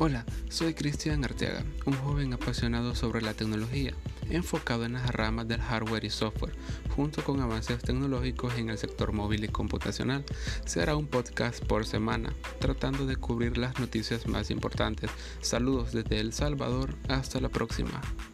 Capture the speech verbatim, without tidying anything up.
Hola, soy Cristian Arteaga, un joven apasionado sobre la tecnología, enfocado en las ramas del hardware y software, junto con avances tecnológicos en el sector móvil y computacional. Se hará un podcast por semana, tratando de cubrir las noticias más importantes. Saludos desde El Salvador, hasta la próxima.